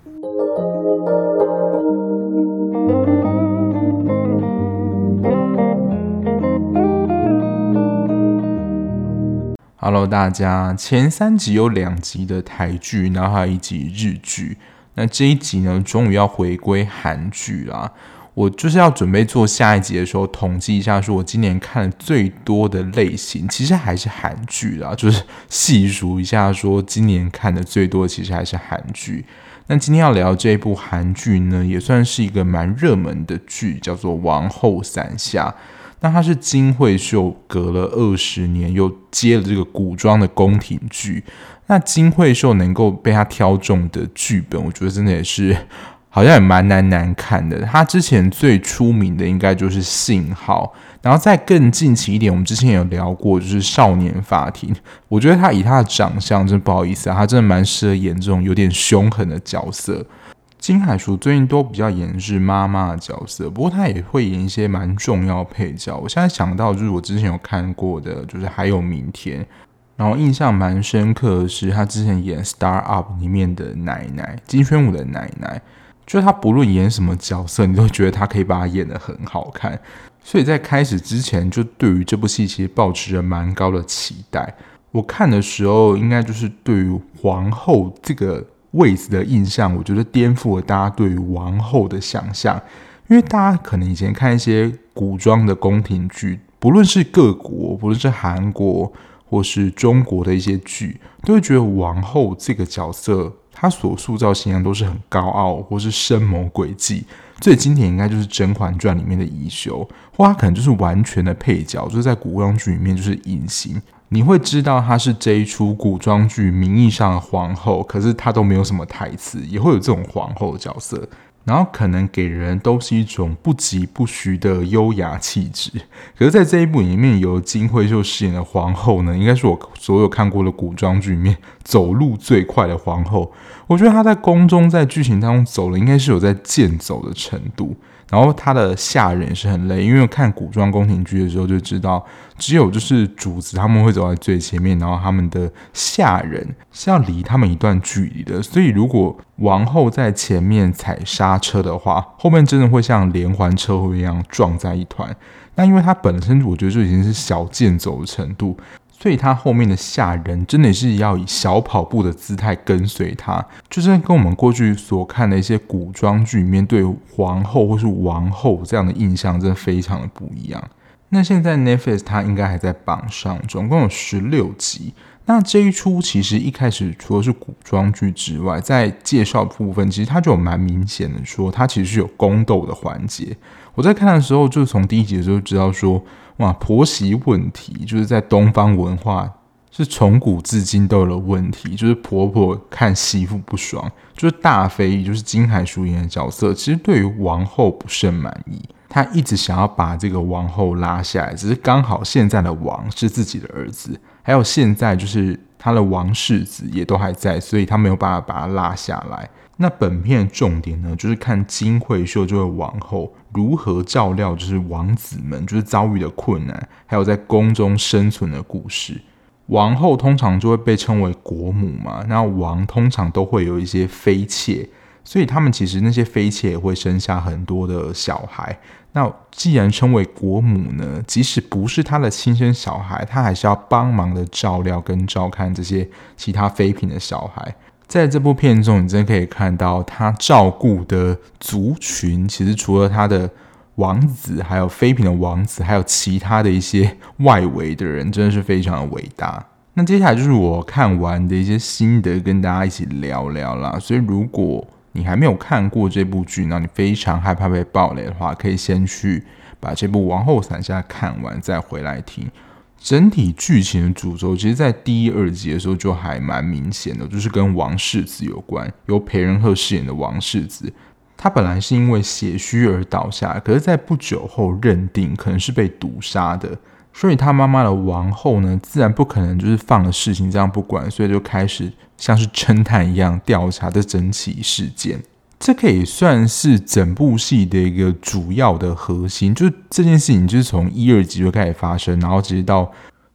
Hello， 大家，前3集有2集的台剧，然后还有1集日剧。那这一集呢，终于要回归韩剧啦。我就是要准备做下一集的时候，统计一下，说我今年看的最多的类型，其实还是韩剧啦。就是细数一下，说今年看的最多的其实还是韩剧。那今天要聊这一部韩剧呢，也算是一个蛮热门的剧，叫做《王后伞下》。那它是金惠秀隔了20年又接了这个古装的宫廷剧。那金惠秀能够被他挑中的剧本，我觉得真的也是好像也蛮难看的。他之前最出名的应该就是《信号》，然后再更近期一点，我们之前有聊过，就是《少年法庭》。我觉得他以他的长相，真的不好意思啊，他真的蛮适合演这种有点凶狠的角色。金海淑最近都比较演的是妈妈的角色，不过她也会演一些蛮重要配角。我现在想到就是我之前有看过的，就是还有明天，然后印象蛮深刻的是她之前演《Star Up》里面的奶奶，金宣武的奶奶，就是她不论演什么角色，你都觉得她可以把她演得很好看。所以在开始之前，就对于这部戏其实抱持着蛮高的期待。我看的时候，应该就是对于皇后这个位置的印象，我觉得颠覆了大家对于王后的想象。因为大家可能以前看一些古装的宫廷剧，不论是各国，不论是韩国或是中国的一些剧，都会觉得王后这个角色，她所塑造形象都是很高傲，或是深谋诡计。最经典应该就是《甄嬛传》里面的宜修，或她可能就是完全的配角，就是在古装剧里面就是隐形。你会知道她是这一出古装剧名义上的皇后，可是她都没有什么台词，也会有这种皇后的角色，然后可能给人都是一种不疾不徐的优雅气质。可是在这一部里面，由金惠秀饰演的皇后呢，应该是我所有看过的古装剧里面走路最快的皇后。我觉得她在宫中在剧情当中走的应该是有在健走的程度，然后她的下人也是很累，因为看古装宫廷剧的时候就知道，只有就是主子他们会走在最前面，然后他们的下人是要离他们一段距离的，所以如果王后在前面踩刹车的话，后面真的会像连环车祸一样撞在一团。那因为她本身我觉得就已经是小健走的程度，所以他后面的下人真的是要以小跑步的姿态跟随他，就是跟我们过去所看的一些古装剧里面对皇后或是王后这样的印象真的非常的不一样。那现在 Netflix 它应该还在榜上，总共有16集。那这一出其实一开始除了是古装剧之外，在介绍部分其实它就有蛮明显的说它其实是有宫斗的环节。我在看的时候就从第1集的时候就知道说，哇，婆媳问题就是在东方文化是从古至今都有了问题，就是婆婆看媳妇不爽，就是大妃就是金海淑演的角色，其实对于王后不甚满意，她一直想要把这个王后拉下来，只是刚好现在的王是自己的儿子，还有现在就是他的王世子也都还在，所以他没有办法把他拉下来。那本片的重点呢，就是看金惠秀这位王后如何照料就是王子们就是遭遇的困难，还有在宫中生存的故事。王后通常就会被称为国母嘛，那王通常都会有一些妃妾，所以他们其实那些妃妾也会生下很多的小孩。那既然称为国母呢，即使不是她的亲生小孩，她还是要帮忙的照料跟照看这些其他妃嫔的小孩。在这部片中，你真的可以看到她照顾的族群，其实除了她的王子，还有妃嫔的王子，还有其他的一些外围的人，真的是非常的伟大。那接下来就是我看完的一些心得，跟大家一起聊聊啦。所以如果你还没有看过这部剧，那你非常害怕被爆雷的话，可以先去把这部《王后伞下》看完，再回来听。整体剧情的主轴，其实在第1、2集的时候就还蛮明显的，就是跟王世子有关，由裴仁赫饰演的王世子。他本来是因为血虚而倒下，可是在不久后认定可能是被毒杀的，所以他妈妈的王后呢，自然不可能就是放了事情这样不管，所以就开始像是侦探一样调查这整起事件。这可以算是整部戏的一个主要的核心，就是这件事情就是从1、2集就开始发生，然后直接到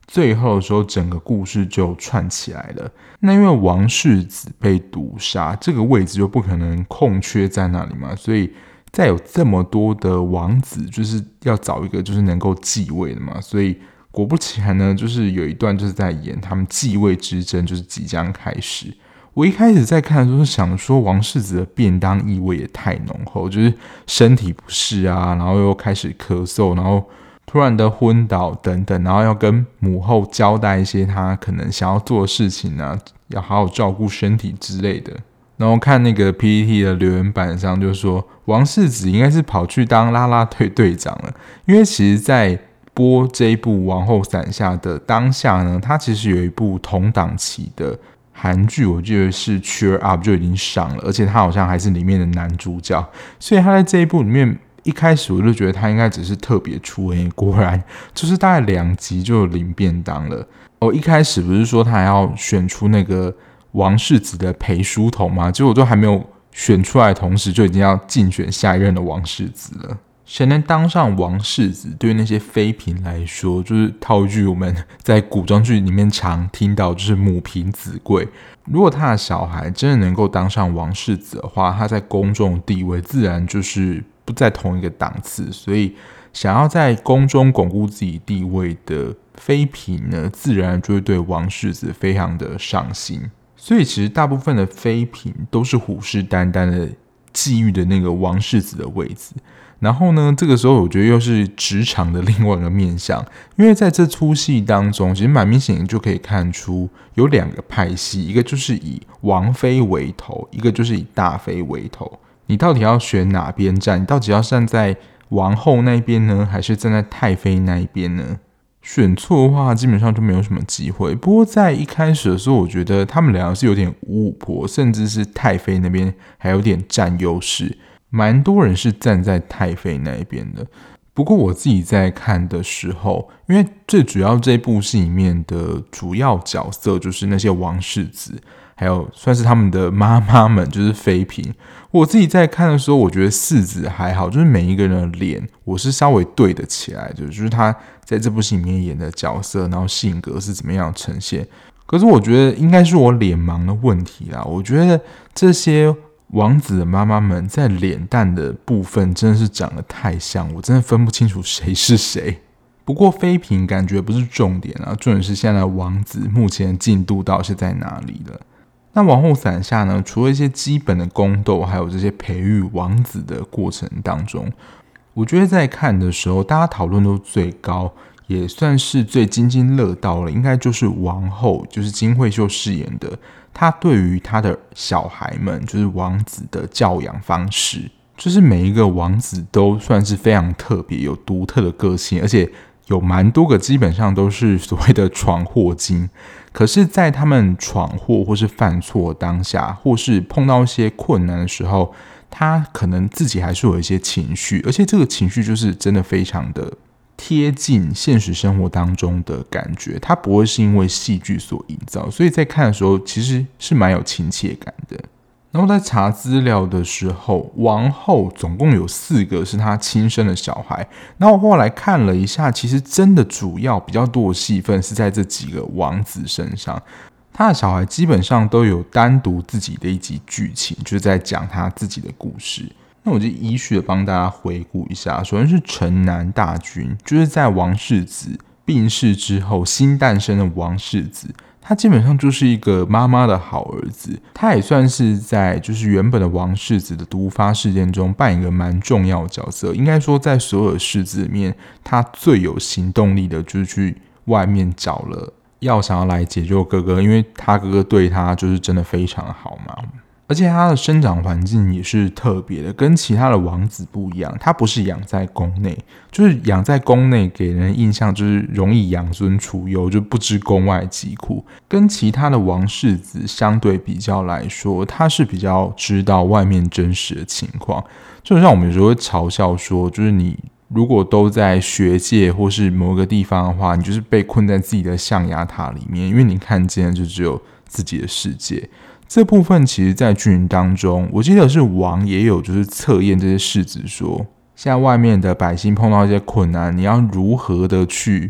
最后的时候整个故事就串起来了。那因为王世子被毒杀，这个位置就不可能空缺在那里嘛，所以再有这么多的王子，就是要找一个就是能够继位的嘛，所以果不其然呢，就是有一段就是在演他们继位之争，就是即将开始。我一开始在看的时候想说，王世子的便当意味也太浓厚，就是身体不适啊，然后又开始咳嗽，然后突然的昏倒等等，然后要跟母后交代一些他可能想要做的事情啊，要好好照顾身体之类的。然后看那个 PTT 的留言板上就说，王世子应该是跑去当啦啦队队长了，因为其实在播这一部《王后伞下》的当下呢，他其实有一部同档期的韩剧，我记得是《Cheer Up》就已经上了，而且他好像还是里面的男主角，所以他在这一部里面一开始我就觉得他应该只是特别出演，果然就是大概2集就领便当了。一开始不是说他还要选出那个王世子的陪书童吗？结果都还没有选出来的同时，就已经要竞选下一任的王世子了。谁能当上王世子，对于那些妃嫔来说，就是套一句我们在古装剧里面常听到，就是母凭子贵。如果他的小孩真的能够当上王世子的话，他在宫中的地位自然就是不在同一个档次，所以想要在宫中巩固自己地位的妃嫔呢，自然就会对王世子非常的上心。所以其实大部分的妃嫔都是虎视眈眈的觊觎的那个王世子的位置。然后呢，这个时候我觉得又是职场的另外一个面向，因为在这出戏当中，其实蛮明显就可以看出有2个派系，一个就是以王妃为头，一个就是以大妃为头。你到底要选哪边站？你到底要站在王后那边呢，还是站在太妃那一边呢？选错的话，基本上就没有什么机会。不过在一开始的时候，我觉得他们2个是有点五五婆，甚至是太妃那边还有点占优势。蛮多人是站在太妃那一边的，不过我自己在看的时候，因为最主要这部戏里面的主要角色就是那些王世子，还有算是他们的妈妈们，就是妃嫔。我自己在看的时候，我觉得世子还好，就是每一个人的脸我是稍微对得起来的，就是他在这部戏里面演的角色，然后性格是怎么样呈现。可是我觉得应该是我脸盲的问题啦，我觉得这些王子的妈妈们在脸蛋的部分真的是长得太像，我真的分不清楚谁是谁。不过妃嫔感觉不是重点啊，重点是现在的王子目前进度到底是在哪里了。那王后伞下呢，除了一些基本的宫斗，还有这些培育王子的过程当中，我觉得在看的时候大家讨论都最高，也算是最津津乐道了，应该就是王后，就是金惠秀饰演的，她对于她的小孩们，就是王子的教养方式，就是每一个王子都算是非常特别，有独特的个性，而且有蛮多个基本上都是所谓的闯祸精。可是在他们闯祸或是犯错当下，或是碰到一些困难的时候，他可能自己还是有一些情绪，而且这个情绪就是真的非常的贴近现实生活当中的感觉，它不会是因为戏剧所营造，所以在看的时候其实是蛮有亲切感的。然后在查资料的时候，王后总共有4个是她亲生的小孩，然后我后来看了一下，其实真的主要比较多的戏份是在这几个王子身上，他的小孩基本上都有单独自己的一集剧情，就是在讲他自己的故事。那我就依序的帮大家回顾一下，首先是城南大君，就是在王世子病逝之后新诞生的王世子，他基本上就是一个妈妈的好儿子，他也算是在就是原本的王世子的毒发事件中扮演一个蛮重要的角色。应该说在所有的世子里面，他最有行动力的就是去外面找了药想要来解救哥哥，因为他哥哥对他就是真的非常好嘛。而且他的生长环境也是特别的，跟其他的王子不一样，他不是养在宫内，就是养在宫内给人印象就是容易养尊处优，就不知宫外疾苦。跟其他的王世子相对比较来说，他是比较知道外面真实的情况。就像我们有时候会嘲笑说，就是你如果都在学界或是某个地方的话，你就是被困在自己的象牙塔里面，因为你看见的就只有自己的世界。这部分其实在剧情当中，我记得是王也有就是测验这些世子说，现在外面的百姓碰到一些困难，你要如何的去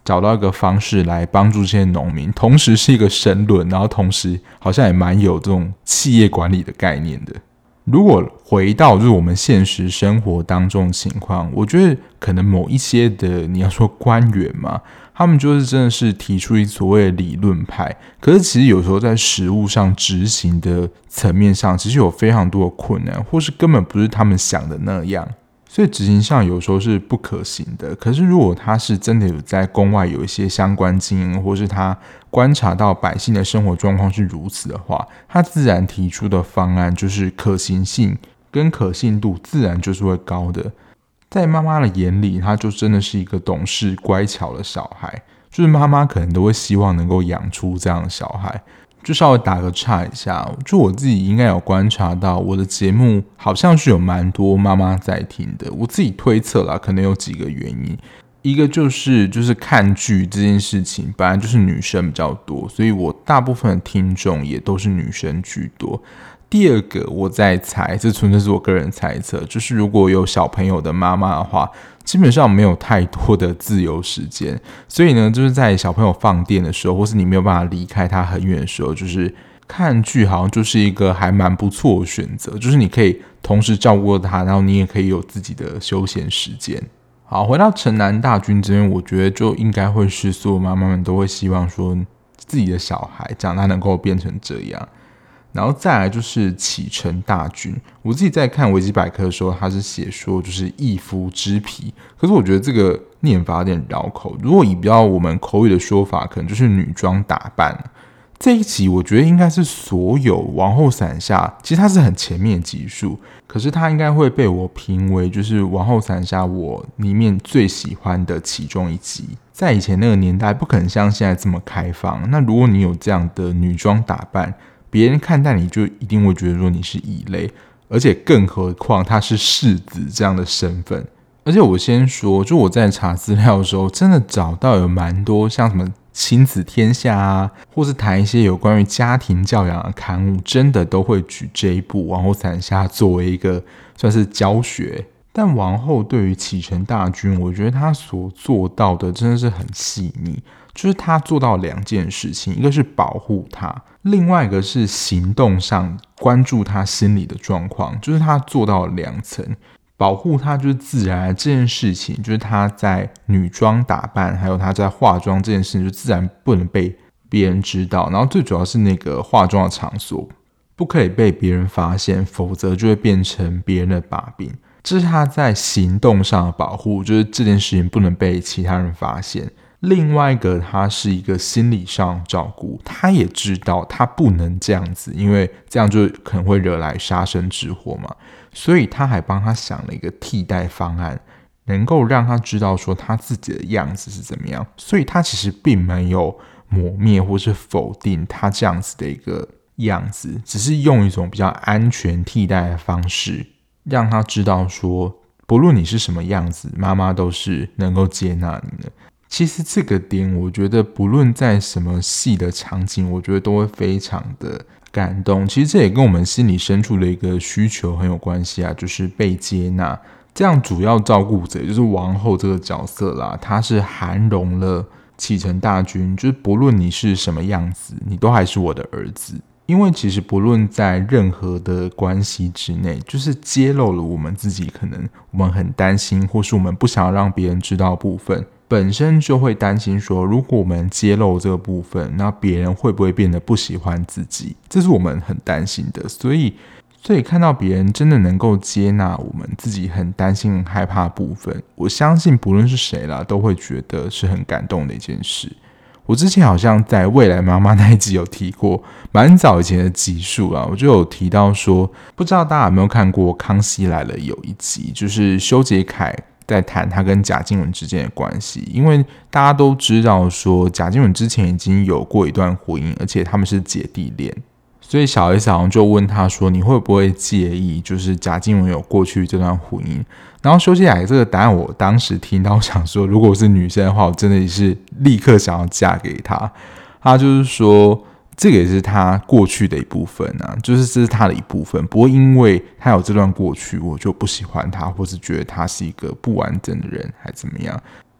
找到一个方式来帮助这些农民，同时是一个神论，然后同时好像也蛮有这种企业管理的概念的。如果回到就是我们现实生活当中的情况，我觉得可能某一些的你要说官员嘛，他们就是真的是提出所谓的理论派，可是其实有时候在实务上执行的层面上，其实有非常多的困难，或是根本不是他们想的那样。所以执行上有时候是不可行的，可是如果他是真的有在宫外有一些相关经验，或是他观察到百姓的生活状况是如此的话，他自然提出的方案就是可行性跟可信度自然就是会高的。在妈妈的眼里，他就真的是一个懂事乖巧的小孩，就是妈妈可能都会希望能够养出这样的小孩。就稍微打个岔一下，就我自己应该有观察到，我的节目好像是有蛮多妈妈在听的。我自己推测啦，可能有几个原因。一个就是看剧这件事情，本来就是女生比较多，所以我大部分的听众也都是女生居多。第二个，我在猜，这纯粹是我个人猜测，就是如果有小朋友的妈妈的话，基本上没有太多的自由时间，所以呢，就是在小朋友放电的时候，或是你没有办法离开他很远的时候，就是看剧好像就是一个还蛮不错的选择，就是你可以同时照顾他，然后你也可以有自己的休闲时间。好，回到城南大军这边，我觉得就应该会是所有妈妈们都会希望说自己的小孩长大能够变成这样。然后再来就是启程大军，我自己在看维基百科的时候，他是写说就是一夫之皮，可是我觉得这个念法有点绕口。如果以比较我们口语的说法，可能就是女装打扮。这一集我觉得应该是所有王后伞下，其实它是很前面的集数，可是它应该会被我评为就是王后伞下我里面最喜欢的其中一集。在以前那个年代，不可能像现在这么开放。那如果你有这样的女装打扮，别人看待你就一定会觉得说你是异类，而且更何况他是世子这样的身份。而且我先说，就我在查资料的时候，真的找到有蛮多像什么亲子天下啊，或是谈一些有关于家庭教养的刊物，真的都会举这一部《王后伞下》作为一个算是教学。但王后对于启程大军，我觉得她所做到的真的是很细腻，就是她做到两件事情，一个是保护她，另外一个是行动上关注她心理的状况，就是她做到了两层。保护她就是自然这件事情，就是她在女装打扮，还有她在化妆这件事情，就自然不能被别人知道。然后最主要是那个化妆的场所不可以被别人发现，否则就会变成别人的把柄。这是他在行动上的保护，就是这件事情不能被其他人发现。另外一个，他是一个心理上照顾，他也知道他不能这样子，因为这样就可能会惹来杀身之祸嘛。所以他还帮他想了一个替代方案，能够让他知道说他自己的样子是怎么样。所以他其实并没有抹灭或是否定他这样子的一个样子，只是用一种比较安全替代的方式。让他知道说，不论你是什么样子，妈妈都是能够接纳你的。其实这个点，我觉得不论在什么戏的场景，我觉得都会非常的感动。其实这也跟我们心里深处的一个需求很有关系啊，就是被接纳。这样主要照顾者就是王后这个角色啦，她是涵容了启程大军，就是不论你是什么样子，你都还是我的儿子。因为其实不论在任何的关系之内，就是揭露了我们自己可能我们很担心，或是我们不想要让别人知道的部分，本身就会担心说，如果我们揭露这个部分，那别人会不会变得不喜欢自己？这是我们很担心的。所以看到别人真的能够接纳我们自己很担心、很害怕的部分，我相信不论是谁啦，都会觉得是很感动的一件事。我之前好像在未来妈妈那一集有提过，蛮早以前的集数啦，我就有提到说，不知道大家有没有看过《康熙来了》有一集，就是修杰楷在谈他跟贾静雯之间的关系，因为大家都知道说贾静雯之前已经有过一段婚姻，而且他们是姐弟恋，所以小 S 好像就问他说，你会不会介意就是贾静雯有过去这段婚姻？然后修杰楷这个答案，我当时听到想说，如果我是女生的话，我真的是立刻想要嫁给他。他就是说，这个也是他过去的一部分啊，就是这是他的一部分。不过因为他有这段过去，我就不喜欢他，或是觉得他是一个不完整的人，还怎么样？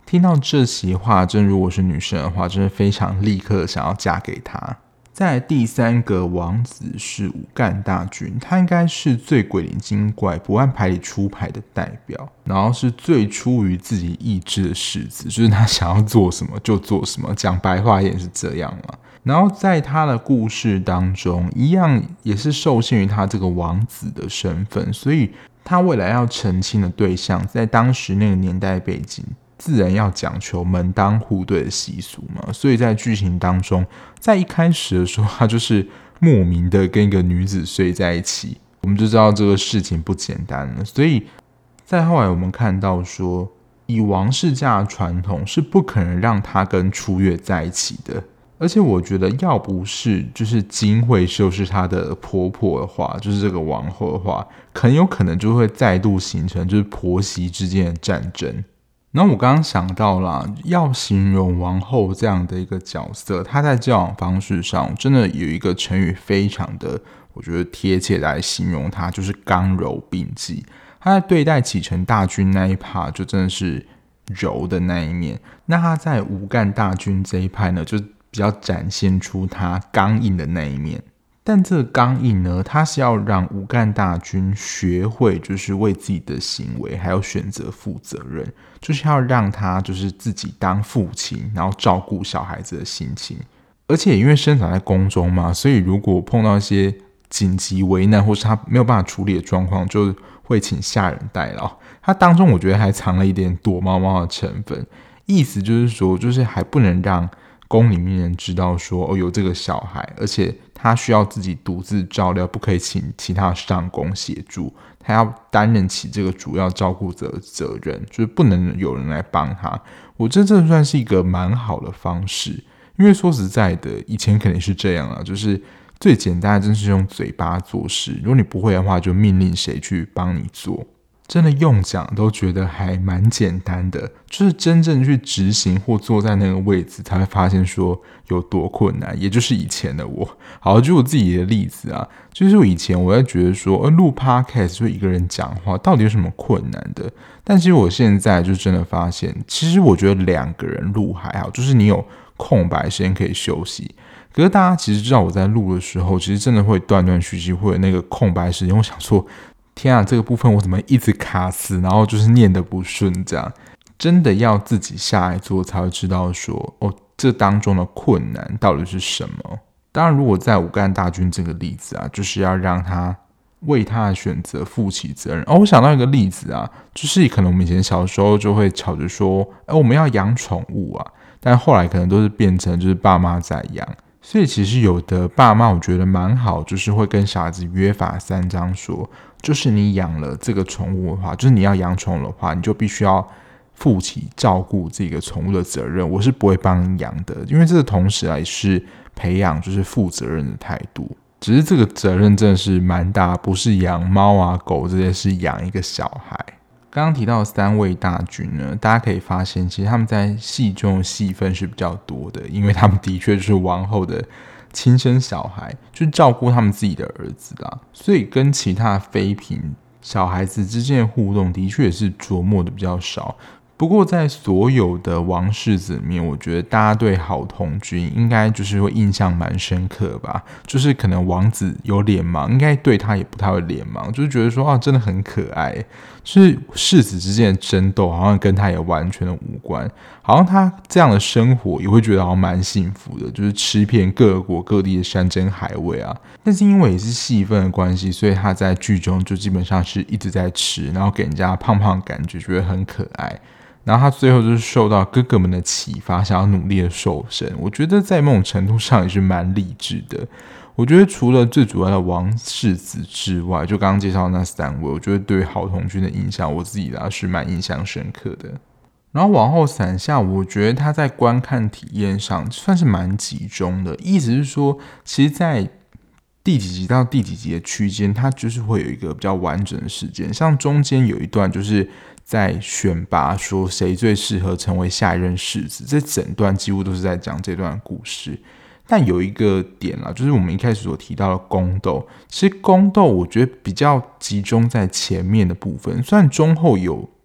听到这些话，真如果是女生的话，真的非常立刻想要嫁给他。再来第三个王子是武干大军，他应该是最鬼灵精怪、不按牌理出牌的代表，然后是最出于自己意志的士子，就是他想要做什么就做什么，讲白话也是这样嘛。然后在他的故事当中，一样也是受限于他这个王子的身份，所以他未来要成亲的对象，在当时那个年代背景，自然要讲求门当户对的习俗嘛，所以在剧情当中，在一开始的时候，他就是莫名的跟一个女子睡在一起，我们就知道这个事情不简单了。所以在后来我们看到说，以王室家的传统是不可能让他跟初月在一起的。而且我觉得，要不是就是金惠秀是她的婆婆的话，就是这个王后的话，很有可能就会再度形成就是婆媳之间的战争。然后我刚刚想到啦，要形容王后这样的一个角色，她在交往方式上真的有一个成语非常的，我觉得贴切来形容她，就是刚柔并济。她在对待启程大军那一趴，就真的是柔的那一面。那她在武干大军这一派呢，就比较展现出他刚硬的那一面，但这个刚硬呢，他是要让武干大军学会，就是为自己的行为还有选择负责任，就是要让他就是自己当父亲，然后照顾小孩子的心情。而且因为生长在宫中嘛，所以如果碰到一些紧急危难或是他没有办法处理的状况，就会请下人代劳。他当中我觉得还藏了一点躲猫猫的成分，意思就是说，就是还不能让宫里面人知道说有这个小孩，而且他需要自己独自照料，不可以请其他上宫协助，他要担任起这个主要照顾者的责任，就是不能有人来帮他。我觉得这算是一个蛮好的方式，因为说实在的，以前肯定是这样啊，就是最简单的真是用嘴巴做事，如果你不会的话，就命令谁去帮你做。真的用讲都觉得还蛮简单的，就是真正去执行或坐在那个位置，才会发现说有多困难。也就是以前的我，好，就我自己的例子啊，就是我以前我在觉得说，录 podcast 就一个人讲话，到底有什么困难的？但其实我现在就真的发现，其实我觉得2个人录还好，就是你有空白时间可以休息。可是大家其实知道我在录的时候，其实真的会断断续续，会有那个空白时间，我想说。天啊，这个部分我怎么一直卡死，然后就是念得不顺，这样真的要自己下来做才会知道说，这当中的困难到底是什么。当然，如果在武干大军这个例子啊，就是要让他为他的选择负起责任。我想到一个例子啊，就是可能我们以前小时候就会吵着说，我们要养宠物啊，但后来可能都是变成就是爸妈在养。所以其实有的爸妈我觉得蛮好，就是会跟小孩子约法3章说，就是你养了这个宠物的话，就是你要养宠物的话，你就必须要负起照顾这个宠物的责任。我是不会帮你养的，因为这个同时也是培养就是负责任的态度。只是这个责任真的是蛮大，不是养猫啊狗这些，是养一个小孩。刚刚提到的3位大军呢，大家可以发现，其实他们在戏中的戏份是比较多的，因为他们的确就是王后的亲生小孩，去照顾他们自己的儿子啦，所以跟其他妃嫔小孩子之间的互动，的确是琢磨的比较少。不过在所有的王世子里面，我觉得大家对郝童君应该就是会印象蛮深刻吧，就是可能王子有脸盲，应该对他也不太会脸盲，就是觉得说真的很可爱，就是世子之间的争斗好像跟他也完全的无关，好像他这样的生活也会觉得好像蛮幸福的，就是吃遍各国各地的山珍海味啊。但是因为也是戏份的关系，所以他在剧中就基本上是一直在吃，然后给人家胖胖的感觉，觉得很可爱。然后他最后就是受到哥哥们的启发，想要努力的瘦身。我觉得在某种程度上也是蛮励志的。我觉得除了最主要的王世子之外，就刚刚介绍的那3位，我觉得对郝童君的印象，我自己是蛮印象深刻的。然后往后伞下，我觉得他在观看体验上算是蛮集中的。意思是说，其实在第几集到第几集的区间，它就是会有一个比较完整的时间。像中间有一段就是在选拔说谁最适合成为下一任世子，这整段几乎都是在讲这段故事。但有一个点啦，就是我们一开始所提到的宫斗，其实宫斗我觉得比较集中在前面的部分，虽然中后有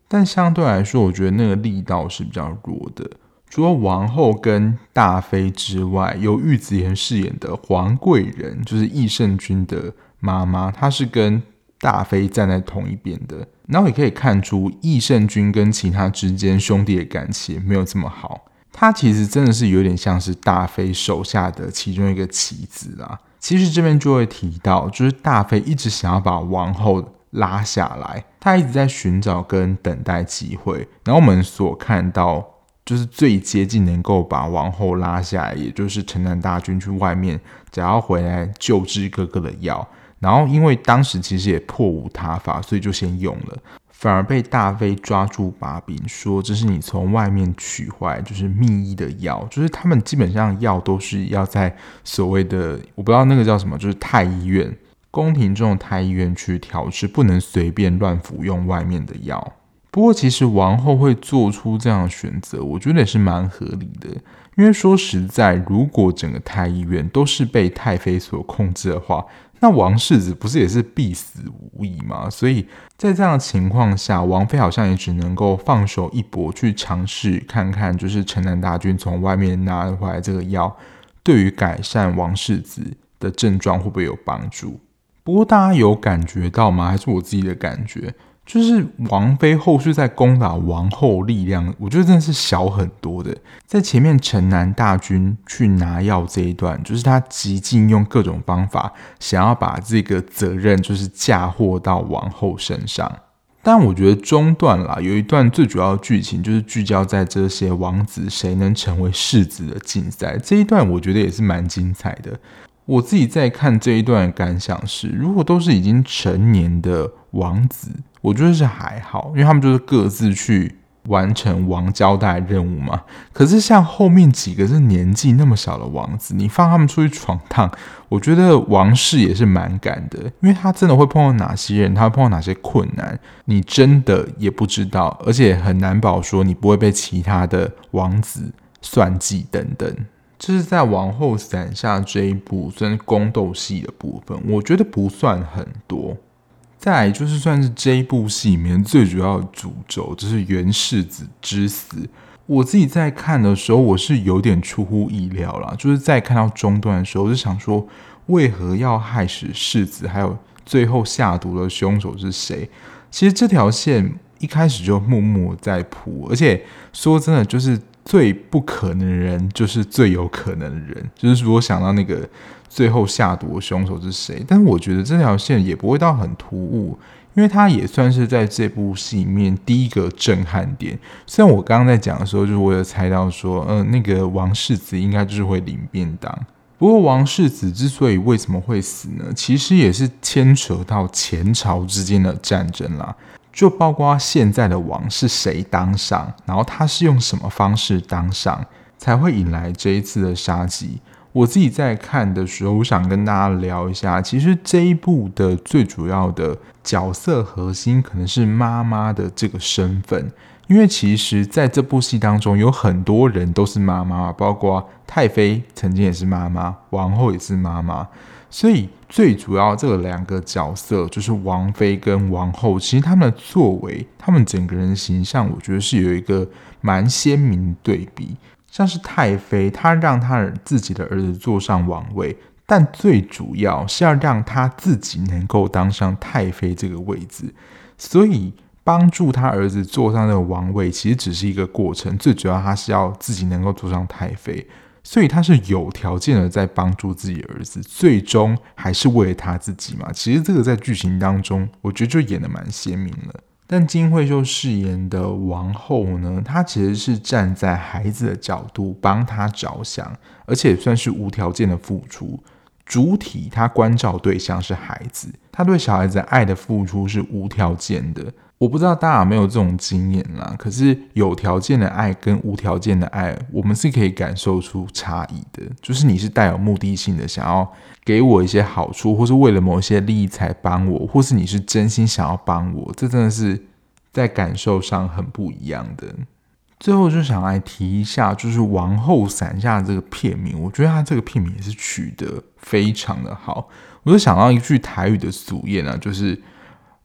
但相对来说，我觉得那个力道是比较弱的。除了王后跟大妃之外，由玉子妍饰演的皇贵人，就是益圣君的妈妈，她是跟大妃站在同一边的。然后也可以看出，益圣君跟其他之间兄弟的感情没有这么好。他其实真的是有点像是大妃手下的其中一个棋子啦。其实这边就会提到，就是大妃一直想要把王后拉下来，她一直在寻找跟等待机会。然后我们所看到，就是最接近能够把王后拉下来，也就是城南大军去外面只要回来救治哥哥的药。然后因为当时其实也迫无他法，所以就先用了，反而被大妃抓住把柄，说这是你从外面取回来，就是秘医的药，就是他们基本上药都是要在所谓的我不知道那个叫什么，就是太医院，宫廷中的太医院去调制，不能随便乱服用外面的药。不过其实王后会做出这样的选择，我觉得也是蛮合理的。因为说实在，如果整个太医院都是被太妃所控制的话，那王世子不是也是必死无疑吗？所以在这样的情况下，王妃好像也只能够放手一搏，去尝试看看，就是城南大军从外面拿回来这个药，对于改善王世子的症状会不会有帮助？不过大家有感觉到吗？还是我自己的感觉？就是王妃后续在攻打王后力量，我觉得真的是小很多的。在前面城南大军去拿药这一段，就是他极尽用各种方法，想要把这个责任就是嫁祸到王后身上。但我觉得中段啦，有一段最主要的剧情就是聚焦在这些王子谁能成为世子的竞赛，这一段我觉得也是蛮精彩的。我自己在看这一段的感想是，如果都是已经成年的王子，我觉得是还好，因为他们就是各自去完成王交代的任务嘛。可是像后面几个是年纪那么小的王子，你放他们出去闯荡，我觉得王室也是蛮赶的，因为他真的会碰到哪些人，他会碰到哪些困难，你真的也不知道，而且很难保说你不会被其他的王子算计等等。这是在王后伞下这一部算是宫斗戏的部分，我觉得不算很多。再来就是算是这一部戏里面最主要的主轴，就是元世子之死。我自己在看的时候，我是有点出乎意料啦，就是在看到中段的时候，我就想说，为何要害死世子，还有最后下毒的凶手是谁？其实这条线一开始就默默在铺，而且说真的，就是最不可能的人就是最有可能的人，就是如果想到那个最后下毒的凶手是谁，但是我觉得这条线也不会到很突兀，因为它也算是在这部戏里面第一个震撼点。虽然我刚刚在讲的时候，就是我有猜到说，那个王世子应该就是会领便当。不过王世子之所以为什么会死呢？其实也是牵扯到前朝之间的战争啦。就包括现在的王是谁当上，然后他是用什么方式当上，才会引来这一次的杀机。我自己在看的时候，我想跟大家聊一下，其实这一部的最主要的角色核心可能是妈妈的这个身份，因为其实在这部戏当中有很多人都是妈妈，包括太妃曾经也是妈妈，王后也是妈妈。所以最主要这两个角色就是王妃跟王后，其实他们的作为，他们整个人的形象，我觉得是有一个蛮鲜明的对比。像是太妃，她让她自己的儿子坐上王位，但最主要是要让她自己能够当上太妃这个位置，所以帮助她儿子坐上这个王位，其实只是一个过程，最主要她是要自己能够坐上太妃。所以他是有条件的在帮助自己儿子，最终还是为了他自己嘛。其实这个在剧情当中，我觉得就演得蛮鲜明了。但金惠秀饰演的王后呢，她其实是站在孩子的角度帮他着想，而且算是无条件的付出。主体他关照对象是孩子，他对小孩子爱的付出是无条件的。我不知道大家有没有这种经验啦，可是有条件的爱跟无条件的爱，我们是可以感受出差异的。就是你是带有目的性的，想要给我一些好处，或是为了某些利益才帮我，或是你是真心想要帮我，这真的是在感受上很不一样的。最后就想来提一下，就是王后伞下这个片名，我觉得他这个片名也是取得非常的好。我就想到一句台语的俗谚啊，就是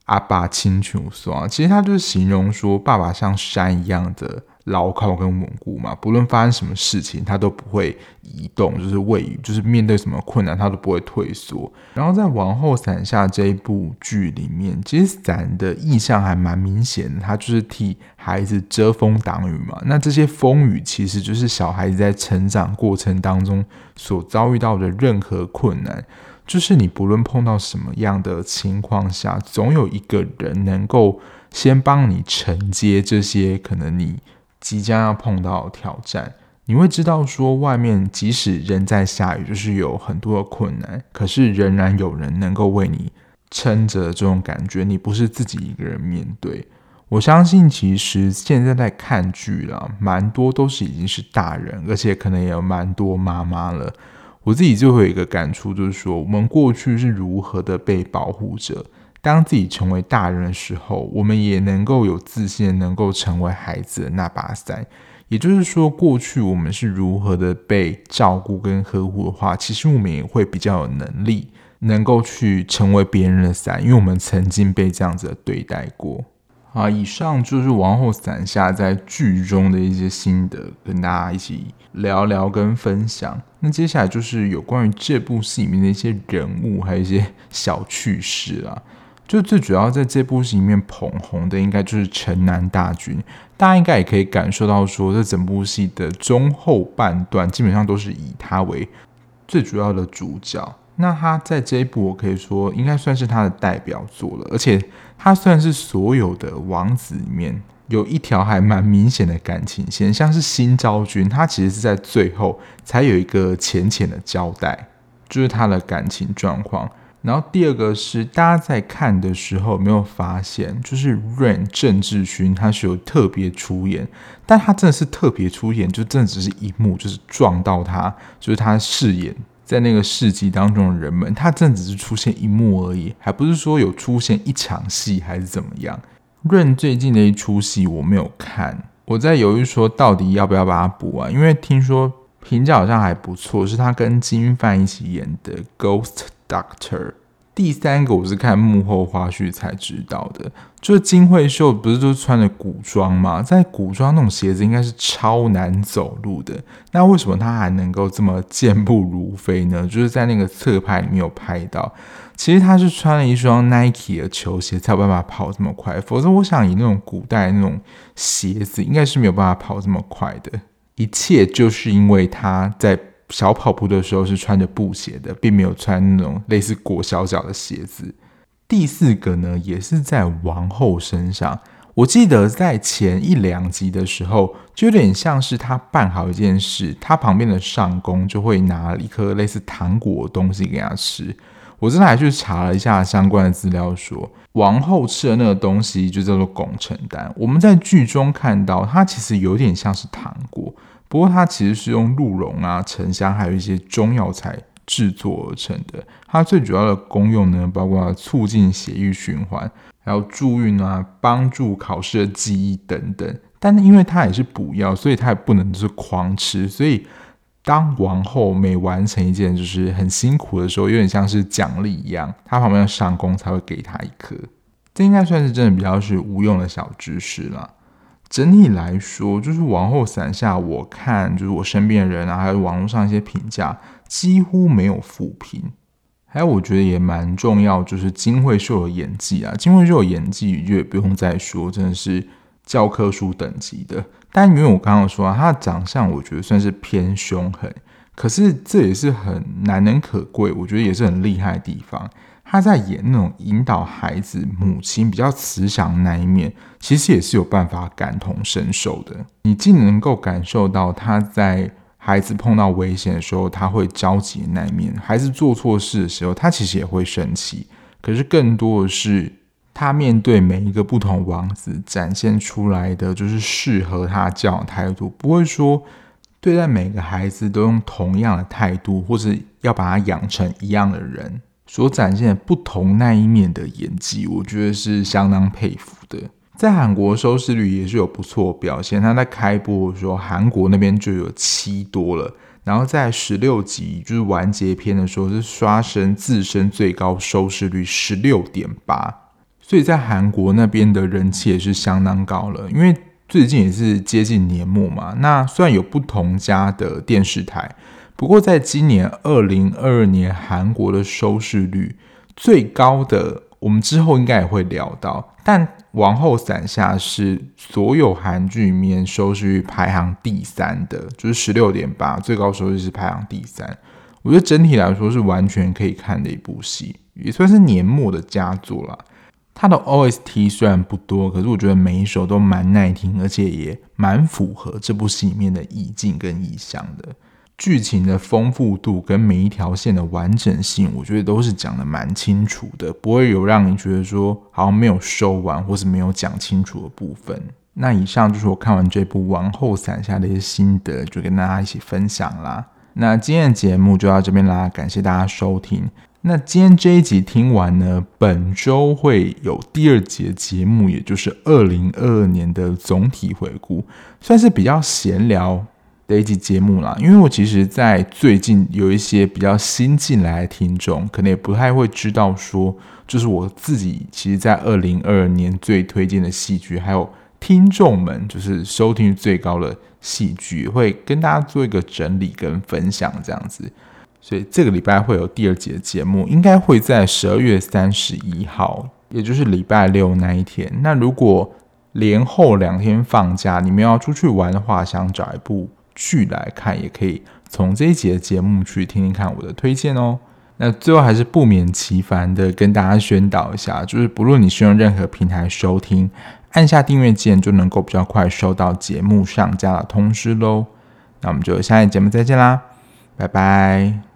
阿爸亲像山，其实他就是形容说爸爸像山一样的牢靠跟稳固嘛，不论发生什么事情，他都不会移动，就是就是面对什么困难，他都不会退缩。然后在《王后伞下》这一部剧里面，其实伞的意象还蛮明显的，它就是替孩子遮风挡雨嘛。那这些风雨其实就是小孩子在成长过程当中所遭遇到的任何困难。就是你不论碰到什么样的情况下，总有一个人能够先帮你承接这些可能你即将要碰到的挑战。你会知道说，外面即使人在下雨，就是有很多的困难，可是仍然有人能够为你撑着，这种感觉你不是自己一个人面对。我相信其实现在在看剧啦，蛮多都是已经是大人，而且可能也有蛮多妈妈了。我自己就会有一个感触，就是说我们过去是如何的被保护着，当自己成为大人的时候，我们也能够有自信，能够成为孩子的那把伞。也就是说，过去我们是如何的被照顾跟呵护的话，其实我们也会比较有能力，能够去成为别人的伞，因为我们曾经被这样子的对待过。好，以上就是王后伞下在剧中的一些心得，跟大家一起聊聊跟分享。那接下来就是有关于这部戏里面的一些人物，还有一些小趣事啦。就最主要在这部戏里面捧红的，应该就是城南大军。大家应该也可以感受到说，这整部戏的中后半段基本上都是以他为最主要的主角。那他在这一部，我可以说应该算是他的代表作了，而且他算是所有的王子里面有一条还蛮明显的感情线，像是新昭君，他其实是在最后才有一个浅浅的交代，就是他的感情状况。然后第二个是大家在看的时候有没有发现，就是 Rain 郑智薰他是有特别出演，但他真的是特别出演，就真的只是一幕，就是撞到他，就是他饰演在那个市集当中的人们，他真的只是出现一幕而已，还不是说有出现一场戏还是怎么样。Rain 最近的一出戏我没有看，我在犹豫说到底要不要把它补完，因为听说评价好像还不错，是他跟金范一起演的 Ghost Doctor。第三个我是看幕后花絮才知道的，就是金惠秀不是都穿着古装吗？在古装那种鞋子应该是超难走路的，那为什么他还能够这么健步如飞呢？就是在那个侧拍里面有拍到，其实他是穿了一双 Nike 的球鞋才有办法跑这么快，否则我想以那种古代那种鞋子应该是没有办法跑这么快的。一切就是因为他在小跑步的时候是穿着布鞋的，并没有穿那种类似裹小脚的鞋子。第四个呢，也是在王后身上。我记得在前一两集的时候，就有点像是他办好一件事，他旁边的上宫就会拿一颗类似糖果的东西给他吃。我真的还去查了一下相关的资料说，王后吃的那个东西就叫做拱辰丹。我们在剧中看到，它其实有点像是糖果，不过它其实是用鹿茸啊、沉香还有一些中药材制作而成的。它最主要的功用呢，包括促进血液循环，还有助孕啊、帮助考试的记忆等等。但因为它也是补药，所以它也不能就是狂吃，所以当王后每完成一件就是很辛苦的时候，有点像是奖励一样，她旁边的上宫才会给她一颗。这应该算是真的比较是无用的小知识啦。整体来说，就是王后伞下，我看就是我身边的人啊，还有网络上一些评价，几乎没有负评。还有我觉得也蛮重要，就是金惠秀的演技啊，金惠秀的演技就也不用再说，真的是教科书等级的。但因为我刚刚说他的长相，我觉得算是偏凶狠，可是这也是很难能可贵，我觉得也是很厉害的地方。他在演那种引导孩子母亲比较慈祥的那一面，其实也是有办法感同身受的。你既能够感受到他在孩子碰到危险的时候，他会着急的那一面；孩子做错事的时候，他其实也会生气。可是更多的是，他面对每一个不同王子展现出来的就是适合他教养态度，不会说对待每个孩子都用同样的态度，或者要把他养成一样的人。所展现的不同那一面的演技，我觉得是相当佩服的。在韩国收视率也是有不错的表现，他在开播的时候，韩国那边就有7多了，然后在16集就是完结篇的时候是刷新自身最高收视率16.8， 所以在韩国那边的人气也是相当高了。因为最近也是接近年末嘛，那虽然有不同家的电视台，不过在今年2022年韩国的收视率最高的，我们之后应该也会聊到，但王后伞下是所有韩剧里面收视率排行第3的，就是 16.8， 最高收视是排行第3。我觉得整体来说是完全可以看的一部戏，也算是年末的佳作啦。它的 OST 虽然不多，可是我觉得每一首都蛮耐听，而且也蛮符合这部戏里面的意境跟意象的。剧情的丰富度跟每一条线的完整性，我觉得都是讲的蛮清楚的，不会有让你觉得说好像没有收完或是没有讲清楚的部分。那以上就是我看完这部《王后伞下》的一些心得，就跟大家一起分享啦。那今天的节目就到这边啦，感谢大家收听。那今天这一集听完呢，本周会有第2集的节目，也就是2022年的总体回顾，算是比较闲聊的一集节目啦。因为我其实在最近有一些比较新进来的听众，可能也不太会知道说，就是我自己其实在2022年最推荐的戏剧，还有听众们就是收听率最高的戏剧，会跟大家做一个整理跟分享这样子。所以这个礼拜会有第2集的节目，应该会在12月31号，也就是礼拜六那一天。那如果连后2天放假，你们要出去玩的话，想找一部剧来看，也可以从这一集的节目去听听看我的推荐哦。那最后还是不免其烦的跟大家宣导一下，就是不论你是用任何平台收听，按下订阅键就能够比较快收到节目上架的通知咯。那我们就下一集节目再见啦，拜拜。